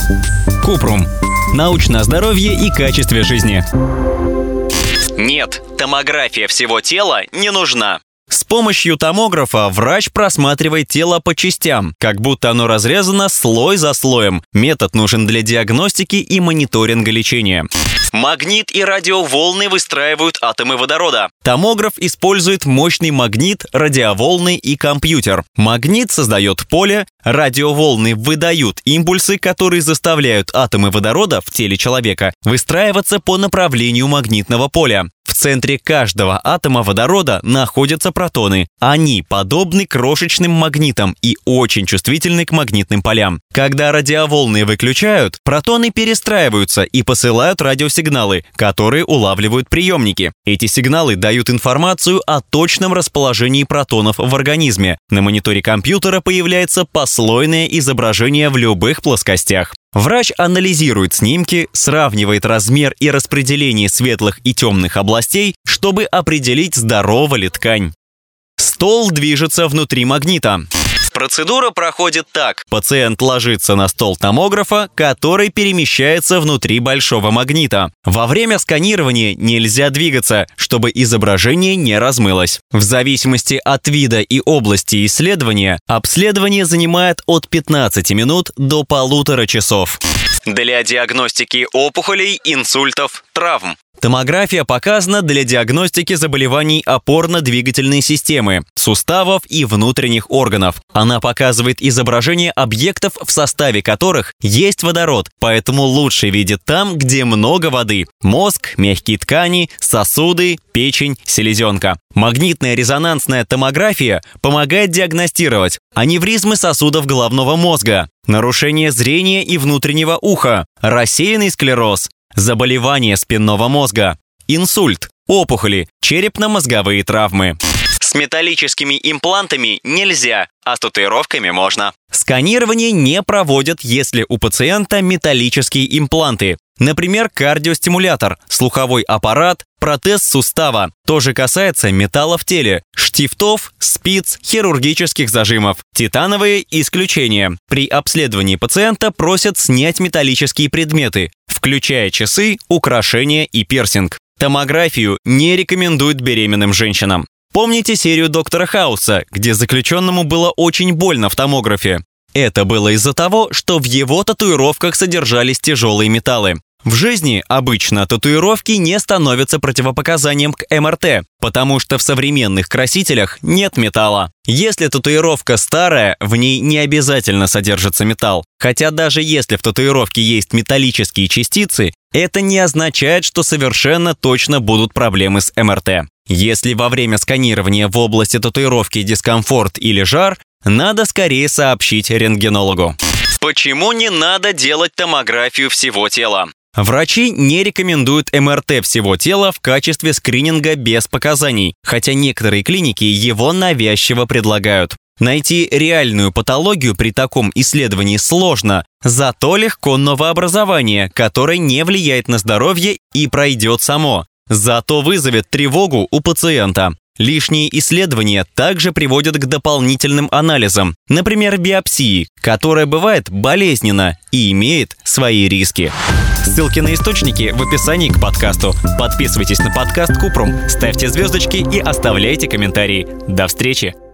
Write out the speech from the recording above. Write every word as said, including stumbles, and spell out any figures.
Купрум. Научное здоровье и качестве жизни. Нет, томография всего тела не нужна. С помощью томографа врач просматривает тело по частям, как будто оно разрезано слой за слоем. Метод нужен для диагностики и мониторинга лечения. Магнит и радиоволны выстраивают атомы водорода. Томограф использует мощный магнит, радиоволны и компьютер. Магнит создает поле, радиоволны выдают импульсы, которые заставляют атомы водорода в теле человека выстраиваться по направлению магнитного поля. В центре каждого атома водорода находятся протоны. Они подобны крошечным магнитам и очень чувствительны к магнитным полям. Когда радиоволны выключают, протоны перестраиваются и посылают радиосигналы, которые улавливают приемники. Эти сигналы дают информацию о точном расположении протонов в организме. На мониторе компьютера появляется послойное изображение в любых плоскостях. Врач анализирует снимки, сравнивает размер и распределение светлых и темных областей, чтобы определить, здорова ли ткань. Стол движется внутри магнита. Процедура проходит так. Пациент ложится на стол томографа, который перемещается внутри большого магнита. Во время сканирования нельзя двигаться, чтобы изображение не размылось. В зависимости от вида и области исследования, обследование занимает от пятнадцати минут до полутора часов. Для диагностики опухолей, инсультов, травм. Томография показана для диагностики заболеваний опорно-двигательной системы, суставов и внутренних органов. Она показывает изображение объектов, в составе которых есть водород, поэтому лучше видит там, где много воды – мозг, мягкие ткани, сосуды, печень, селезенка. Магнитная резонансная томография помогает диагностировать аневризмы сосудов головного мозга, нарушение зрения и внутреннего уха, рассеянный склероз, заболевания спинного мозга, инсульт, опухоли, черепно-мозговые травмы. С металлическими имплантами нельзя, а с татуировками можно. Сканирование не проводят, если у пациента металлические импланты. Например, кардиостимулятор, слуховой аппарат, протез сустава. То же касается металла в теле, штифтов, спиц, хирургических зажимов. Титановые исключения. При обследовании пациента просят снять металлические предметы, включая часы, украшения и пирсинг. Томографию не рекомендуют беременным женщинам. Помните серию «Доктора Хауса», где заключенному было очень больно в томографе? Это было из-за того, что в его татуировках содержались тяжелые металлы. В жизни обычно татуировки не становятся противопоказанием к эм эр тэ, потому что в современных красителях нет металла. Если татуировка старая, в ней не обязательно содержится металл. Хотя даже если в татуировке есть металлические частицы, это не означает, что совершенно точно будут проблемы с эм эр тэ. Если во время сканирования в области татуировки дискомфорт или жар, надо скорее сообщить рентгенологу. Почему не надо делать томографию всего тела? Врачи не рекомендуют эм эр тэ всего тела в качестве скрининга без показаний, хотя некоторые клиники его навязчиво предлагают. Найти реальную патологию при таком исследовании сложно, зато легко новообразование, которое не влияет на здоровье и пройдет само. Зато вызовет тревогу у пациента. Лишние исследования также приводят к дополнительным анализам, например, биопсии, которая бывает болезненна и имеет свои риски. Ссылки на источники в описании к подкасту. Подписывайтесь на подкаст Купрум, ставьте звездочки и оставляйте комментарии. До встречи!